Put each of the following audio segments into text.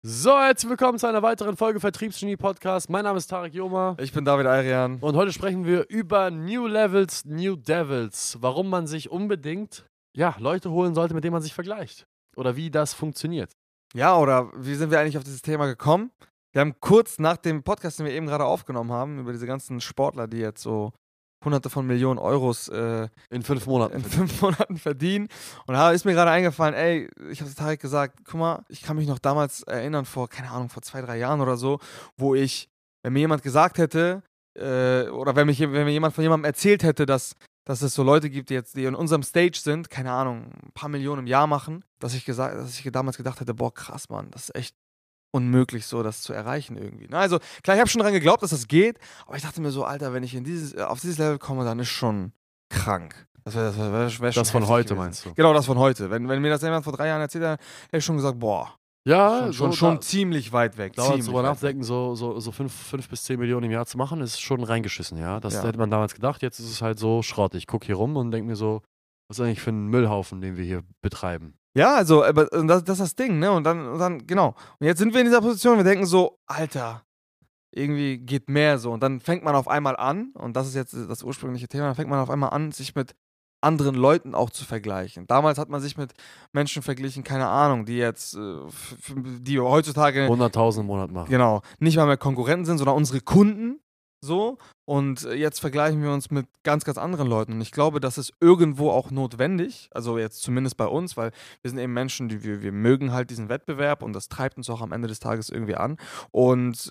So, herzlich willkommen zu einer weiteren Folge Vertriebsgenie Podcast. Mein Name ist Tarek Joma. Ich bin David Ayrian. Und heute sprechen wir über New Levels, New Devils. Warum man sich unbedingt Leute holen sollte, mit denen man sich vergleicht. Oder wie das funktioniert. Ja, oder wie sind wir eigentlich auf dieses Thema gekommen? Wir haben kurz nach dem Podcast, den wir eben gerade aufgenommen haben, über diese ganzen Sportler, die jetzt so Hunderte von Millionen Euros in 5 Monaten verdienen. Und da ist mir gerade eingefallen, ich habe es Tarek gesagt, guck mal, ich kann mich noch damals erinnern, vor 2-3 Jahren oder so, wo wenn mir jemand gesagt hätte, oder wenn mir jemand von jemandem erzählt hätte, dass es so Leute gibt, die in unserem Stage sind, keine Ahnung, ein paar Millionen im Jahr machen, dass ich damals gedacht hätte, boah, krass, Mann, das ist echt unmöglich, so das zu erreichen irgendwie. Na, also, klar, ich habe schon dran geglaubt, dass das geht, aber ich dachte mir so, Alter, wenn ich auf dieses Level komme, dann ist schon krank. Das wär schon das von heute gewesen. Meinst du? Genau, das von heute. Wenn mir das jemand vor 3 Jahren erzählt hat, hätte ich schon gesagt, boah, ja, schon ziemlich weit weg. Dauert drüber nachdenken, so 5 bis 10 Millionen im Jahr zu machen, ist schon reingeschissen, ja. Das hätte man damals gedacht, jetzt ist es halt so Schrott. Ich gucke hier rum und denke mir so, was ist eigentlich für ein Müllhaufen, den wir hier betreiben? Ja, also, aber das ist das Ding, ne? Und dann, genau. Und jetzt sind wir in dieser Position, wir denken so, Alter, irgendwie geht mehr so. Und dann fängt man auf einmal an, und das ist jetzt das ursprüngliche Thema, dann fängt man auf einmal an, sich mit anderen Leuten auch zu vergleichen. Damals hat man sich mit Menschen verglichen, keine Ahnung, die jetzt, die heutzutage 100.000 im Monat machen. Genau, nicht mal mehr Konkurrenten sind, sondern unsere Kunden. So, und jetzt vergleichen wir uns mit ganz, ganz anderen Leuten. Und ich glaube, das ist irgendwo auch notwendig, also jetzt zumindest bei uns, weil wir sind eben Menschen, wir mögen halt diesen Wettbewerb und das treibt uns auch am Ende des Tages irgendwie an. Und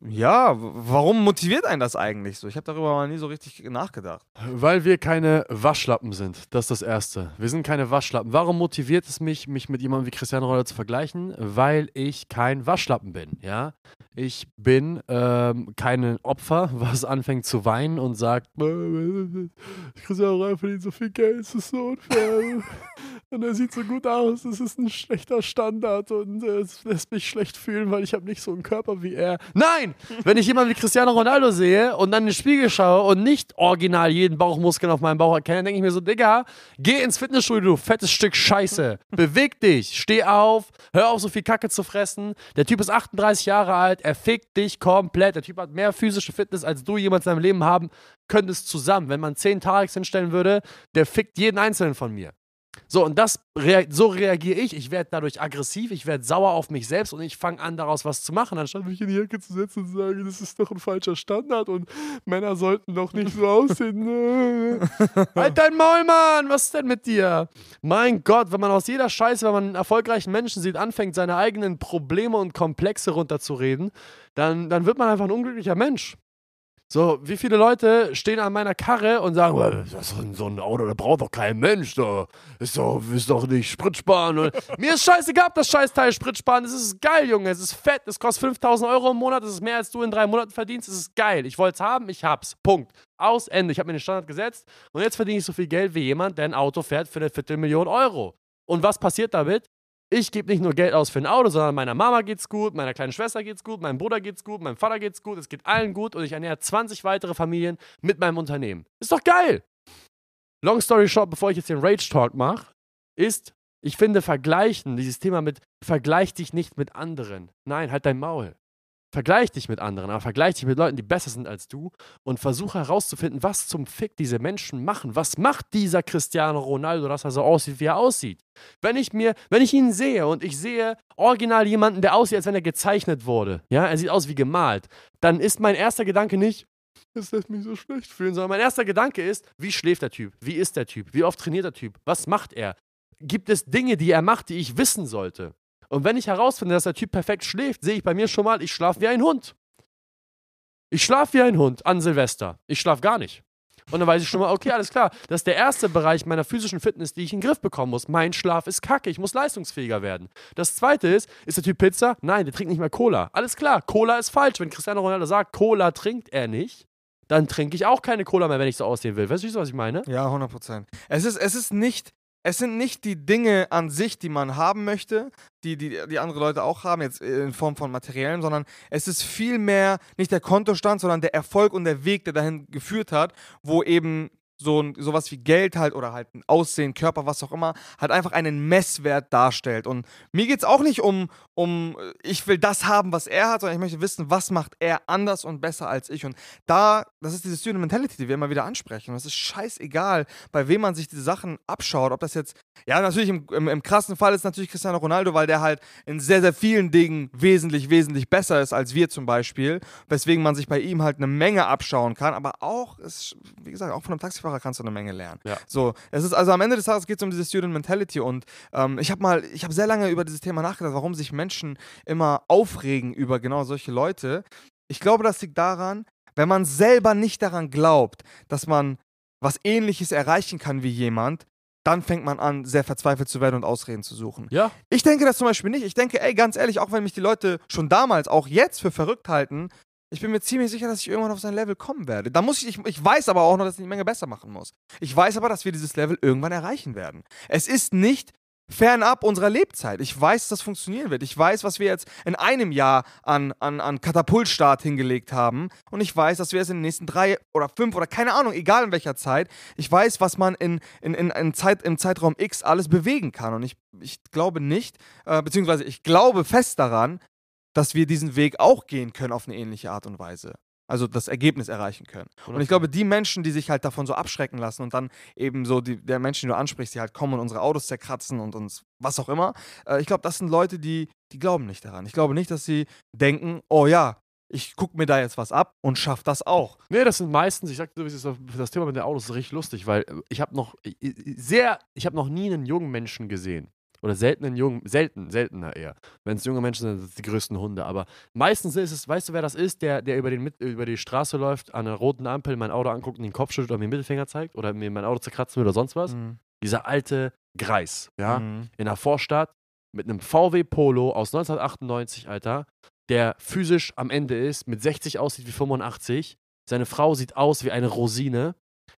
warum motiviert einen das eigentlich so? Ich habe darüber mal nie so richtig nachgedacht. Weil wir keine Waschlappen sind, das ist das Erste. Wir sind keine Waschlappen. Warum motiviert es mich mit jemandem wie Cristiano Ronaldo zu vergleichen? Weil ich kein Waschlappen bin, ja. Ich bin kein Opfer, was anfängt zu weinen und sagt, Cristiano Ronaldo verdient so viel Geld, es ist so unfair. Und er sieht so gut aus, es ist ein schlechter Standard und es lässt mich schlecht fühlen, weil ich habe nicht so einen Körper wie er. Nein! Wenn ich jemanden wie Cristiano Ronaldo sehe und dann in den Spiegel schaue und nicht original jeden Bauchmuskeln auf meinem Bauch erkenne, denke ich mir so, Digga, geh ins Fitnessstudio, du fettes Stück Scheiße. Beweg dich, steh auf, hör auf so viel Kacke zu fressen. Der Typ ist 38 Jahre alt, er fickt dich komplett. Der Typ hat mehr physische Fitness, als du jemals in deinem Leben haben könntest zusammen. Wenn man 10 Tareks hinstellen würde, der fickt jeden einzelnen von mir. So, und so reagiere ich. Ich werde dadurch aggressiv, ich werde sauer auf mich selbst und ich fange an, daraus was zu machen, anstatt mich in die Ecke zu setzen und zu sagen, das ist doch ein falscher Standard und Männer sollten doch nicht so aussehen. Halt dein Maul, Mann! Was ist denn mit dir? Mein Gott, wenn man aus jeder Scheiße, wenn man einen erfolgreichen Menschen sieht, anfängt, seine eigenen Probleme und Komplexe runterzureden, dann wird man einfach ein unglücklicher Mensch. So, wie viele Leute stehen an meiner Karre und sagen, das ist so ein Auto, da braucht doch kein Mensch, da ist doch nicht Sprit sparen. Mir ist scheißegal, ob das Scheißteil Sprit sparen, das ist geil, Junge, es ist fett, es kostet 5.000 Euro im Monat, das ist mehr, als du in 3 Monaten verdienst, es ist geil, ich wollte es haben, ich hab's, Punkt. Aus, Ende, ich habe mir den Standard gesetzt und jetzt verdiene ich so viel Geld wie jemand, der ein Auto fährt für 250.000 Euro. Und was passiert damit? Ich gebe nicht nur Geld aus für ein Auto, sondern meiner Mama geht's gut, meiner kleinen Schwester geht's gut, meinem Bruder geht's gut, meinem Vater geht's gut, es geht allen gut und ich ernähre 20 weitere Familien mit meinem Unternehmen. Ist doch geil! Long story short, bevor ich jetzt den Rage-Talk mache, ist, ich finde, vergleichen, dieses Thema mit, vergleich dich nicht mit anderen. Nein, halt dein Maul. Vergleich dich mit anderen, aber vergleich dich mit Leuten, die besser sind als du und versuche herauszufinden, was zum Fick diese Menschen machen. Was macht dieser Cristiano Ronaldo, dass er so aussieht, wie er aussieht? Wenn ich ihn sehe und ich sehe original jemanden, der aussieht, als wenn er gezeichnet wurde, ja, er sieht aus wie gemalt, dann ist mein erster Gedanke nicht, das lässt mich so schlecht fühlen, sondern mein erster Gedanke ist, wie schläft der Typ? Wie ist der Typ? Wie oft trainiert der Typ? Was macht er? Gibt es Dinge, die er macht, die ich wissen sollte? Und wenn ich herausfinde, dass der Typ perfekt schläft, sehe ich bei mir schon mal, ich schlafe wie ein Hund. Ich schlafe wie ein Hund an Silvester. Ich schlafe gar nicht. Und dann weiß ich schon mal, okay, alles klar, das ist der erste Bereich meiner physischen Fitness, die ich in den Griff bekommen muss. Mein Schlaf ist kacke, ich muss leistungsfähiger werden. Das zweite ist der Typ Pizza? Nein, der trinkt nicht mehr Cola. Alles klar, Cola ist falsch. Wenn Cristiano Ronaldo sagt, Cola trinkt er nicht, dann trinke ich auch keine Cola mehr, wenn ich so aussehen will. Weißt du, was ich meine? Ja, 100%. Es sind nicht die Dinge an sich, die man haben möchte, die andere Leute auch haben, jetzt in Form von Materiellen, sondern es ist vielmehr nicht der Kontostand, sondern der Erfolg und der Weg, der dahin geführt hat, wo eben sowas wie Geld halt oder halt ein Aussehen, Körper, was auch immer, halt einfach einen Messwert darstellt. Und mir geht es auch nicht ich will das haben, was er hat, sondern ich möchte wissen, was macht er anders und besser als ich. Und das ist diese Student Mentality, die wir immer wieder ansprechen. Und es ist scheißegal, bei wem man sich diese Sachen abschaut. Ob das jetzt, ja, natürlich im krassen Fall ist natürlich Cristiano Ronaldo, weil der halt in sehr, sehr vielen Dingen wesentlich, wesentlich besser ist als wir zum Beispiel. Weswegen man sich bei ihm halt eine Menge abschauen kann. Aber auch, wie gesagt, auch von einem Taxifahrer kannst du eine Menge lernen. Ja. So, es ist also am Ende des Tages geht es um diese Student Mentality und ich habe sehr lange über dieses Thema nachgedacht, warum sich Menschen immer aufregen über genau solche Leute. Ich glaube, das liegt daran, wenn man selber nicht daran glaubt, dass man was Ähnliches erreichen kann wie jemand, dann fängt man an, sehr verzweifelt zu werden und Ausreden zu suchen. Ja. Ich denke das zum Beispiel nicht. Ich denke, ey, ganz ehrlich, auch wenn mich die Leute schon damals, auch jetzt für verrückt halten, ich bin mir ziemlich sicher, dass ich irgendwann auf sein Level kommen werde. Da ich weiß aber auch noch, dass ich eine Menge besser machen muss. Ich weiß aber, dass wir dieses Level irgendwann erreichen werden. Es ist nicht fernab unserer Lebzeit. Ich weiß, dass das funktionieren wird. Ich weiß, was wir jetzt in einem Jahr an Katapultstart hingelegt haben. Und ich weiß, dass wir es in den nächsten 3 oder 5 oder keine Ahnung, egal in welcher Zeit, ich weiß, was man im Zeitraum X alles bewegen kann. Und ich glaube nicht, beziehungsweise ich glaube fest daran, dass wir diesen Weg auch gehen können auf eine ähnliche Art und Weise. Also das Ergebnis erreichen können. Und ich glaube, die Menschen, die sich halt davon so abschrecken lassen und dann eben so der Menschen, die du ansprichst, die halt kommen und unsere Autos zerkratzen und uns was auch immer, ich glaube, das sind Leute, die glauben nicht daran. Ich glaube nicht, dass sie denken, oh ja, ich gucke mir da jetzt was ab und schaffe das auch. Nee, das sind meistens, ich sag dir, das Thema mit den Autos ist richtig lustig, weil ich habe noch nie einen jungen Menschen gesehen. Oder seltener eher. Wenn es junge Menschen sind, sind es die größten Hunde. Aber meistens ist es, weißt du, wer das ist, der über die Straße läuft, an einer roten Ampel mein Auto anguckt und den Kopf schüttelt oder mir den Mittelfinger zeigt oder mir mein Auto zerkratzen will oder sonst was? Mhm. Dieser alte Greis, ja? In der Vorstadt mit einem VW Polo aus 1998, Alter, der physisch am Ende ist, mit 60 aussieht wie 85. Seine Frau sieht aus wie eine Rosine.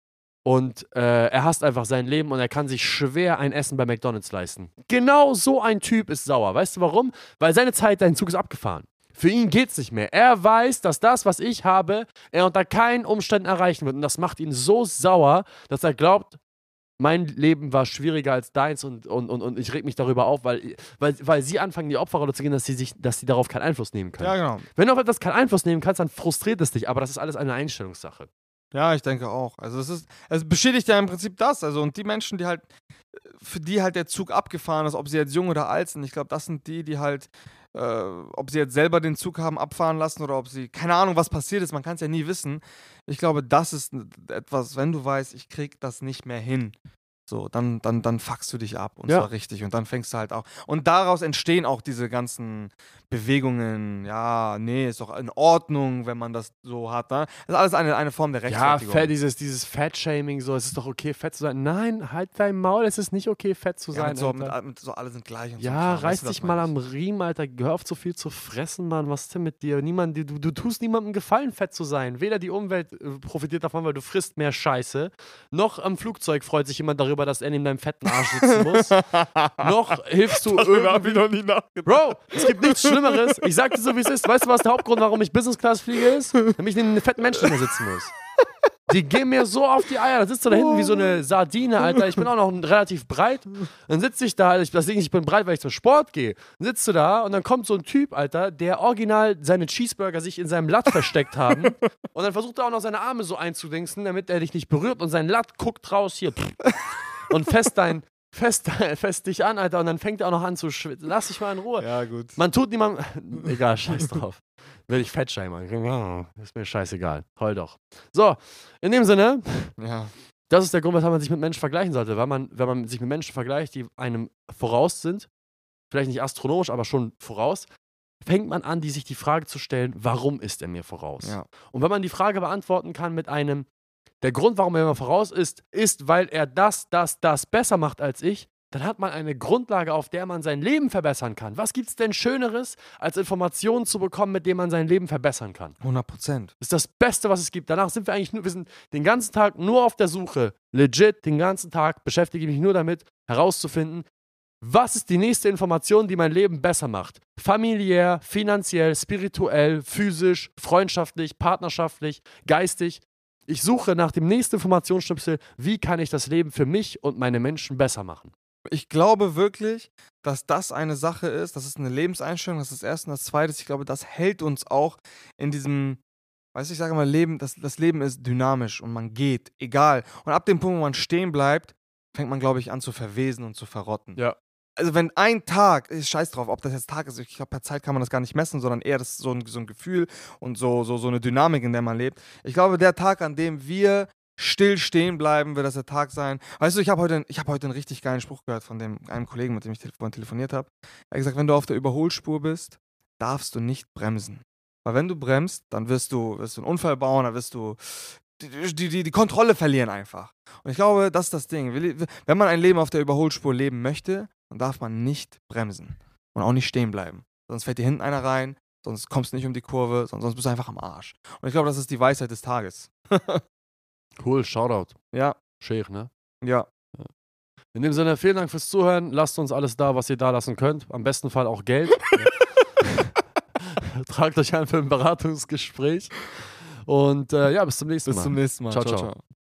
Und er hasst einfach sein Leben und er kann sich schwer ein Essen bei McDonald's leisten. Genau so ein Typ ist sauer. Weißt du warum? Weil sein Zug ist abgefahren. Für ihn geht's nicht mehr. Er weiß, dass das, was ich habe, er unter keinen Umständen erreichen wird. Und das macht ihn so sauer, dass er glaubt, mein Leben war schwieriger als deins und ich reg mich darüber auf, weil sie anfangen, die Opferrolle zu gehen, dass sie darauf keinen Einfluss nehmen können. Ja, genau. Wenn du auf etwas keinen Einfluss nehmen kannst, dann frustriert es dich. Aber das ist alles eine Einstellungssache. Ja, ich denke auch. Also es bestätigt ja im Prinzip das. Also und die Menschen, die halt, für die halt der Zug abgefahren ist, ob sie jetzt jung oder alt sind, ich glaube, das sind die halt, ob sie jetzt selber den Zug haben abfahren lassen oder ob sie, keine Ahnung, was passiert ist, man kann es ja nie wissen. Ich glaube, das ist etwas, wenn du weißt, ich krieg das nicht mehr hin. So, dann fuckst du dich ab und zwar richtig. Und dann fängst du halt auch. Und daraus entstehen auch diese ganzen Bewegungen. Ja, nee, ist doch in Ordnung, wenn man das so hat. Ne? Das ist alles eine Form der Rechtfertigung. Ja, dieses Fat-Shaming, so, es ist doch okay, fett zu sein. Nein, halt dein Maul, es ist nicht okay, fett zu sein. Mit so alle sind gleich. Und ja, so, reiß dich mal am Riemen, Alter. Hör auf, so viel zu fressen, Mann. Was ist denn mit dir? Du tust niemandem Gefallen, fett zu sein. Weder die Umwelt profitiert davon, weil du frisst mehr Scheiße, noch am Flugzeug freut sich jemand darüber, dass er neben deinem fetten Arsch sitzen muss. Noch hilfst du irgendwie. noch nie nachgedacht. Bro, es gibt nichts Schlimmeres. Ich sag dir so, wie es ist. Weißt du, was der Hauptgrund, warum ich Business Class fliege, ist? Damit ich neben einem fetten Menschen mehr sitzen muss. Die gehen mir so auf die Eier. Da sitzt du da hinten wie so eine Sardine, Alter. Ich bin auch noch relativ breit. Dann sitze ich da, ich bin breit, weil ich zum Sport gehe. Dann sitzt du da und dann kommt so ein Typ, Alter, der original seine Cheeseburger sich in seinem Latt versteckt haben. Und dann versucht er auch noch seine Arme so einzudingsen, damit er dich nicht berührt. Und sein Latt guckt raus hier. Und fest dich an, Alter, und dann fängt er auch noch an zu schwitzen. Lass dich mal in Ruhe. Ja, gut. Man tut niemandem. Egal, scheiß drauf. Will ich Fettscheimer. Ist mir scheißegal. Heul doch. So, in dem Sinne, das ist der Grund, weshalb man sich mit Menschen vergleichen sollte. Wenn man sich mit Menschen vergleicht, die einem voraus sind, vielleicht nicht astronomisch, aber schon voraus, fängt man an, sich die Frage zu stellen, warum ist er mir voraus? Ja. Und wenn man die Frage beantworten kann mit einem, der Grund, warum er mir voraus ist, weil er das besser macht als ich, dann hat man eine Grundlage, auf der man sein Leben verbessern kann. Was gibt's denn Schöneres, als Informationen zu bekommen, mit denen man sein Leben verbessern kann? 100%. Das ist das Beste, was es gibt. Danach sind wir sind den ganzen Tag nur auf der Suche. Legit, den ganzen Tag beschäftige ich mich nur damit, herauszufinden, was ist die nächste Information, die mein Leben besser macht? Familiär, finanziell, spirituell, physisch, freundschaftlich, partnerschaftlich, geistig. Ich suche nach dem nächsten Informationsschnipsel, wie kann ich das Leben für mich und meine Menschen besser machen. Ich glaube wirklich, dass das eine Sache ist, das ist eine Lebenseinstellung, das ist das Erste. Und das Zweite, ich glaube, das hält uns auch in diesem, weißt du, ich sage mal, das Leben ist dynamisch und man geht, egal. Und ab dem Punkt, wo man stehen bleibt, fängt man, glaube ich, an zu verwesen und zu verrotten. Ja. Also wenn ein Tag, ich scheiß drauf, ob das jetzt Tag ist, ich glaube, per Zeit kann man das gar nicht messen, sondern eher das ist so ein Gefühl und so eine Dynamik, in der man lebt. Ich glaube, der Tag, an dem wir still stehen bleiben, wird das der Tag sein. Weißt du, ich habe heute einen richtig geilen Spruch gehört von einem Kollegen, mit dem ich vorhin telefoniert habe. Er hat gesagt, wenn du auf der Überholspur bist, darfst du nicht bremsen. Weil wenn du bremst, dann wirst du einen Unfall bauen, dann wirst du die Kontrolle verlieren einfach. Und ich glaube, das ist das Ding. Wenn man ein Leben auf der Überholspur leben möchte, dann darf man nicht bremsen und auch nicht stehen bleiben. Sonst fährt dir hinten einer rein, sonst kommst du nicht um die Kurve, sonst bist du einfach am Arsch. Und ich glaube, das ist die Weisheit des Tages. Cool, Shoutout. Ja, Sheikh, ne? ja. In dem Sinne, vielen Dank fürs Zuhören. Lasst uns alles da, was ihr da lassen könnt. Am besten Fall auch Geld. Tragt euch ein für ein Beratungsgespräch. Und ja, bis zum nächsten Mal. Bis zum nächsten Mal. Ciao, ciao.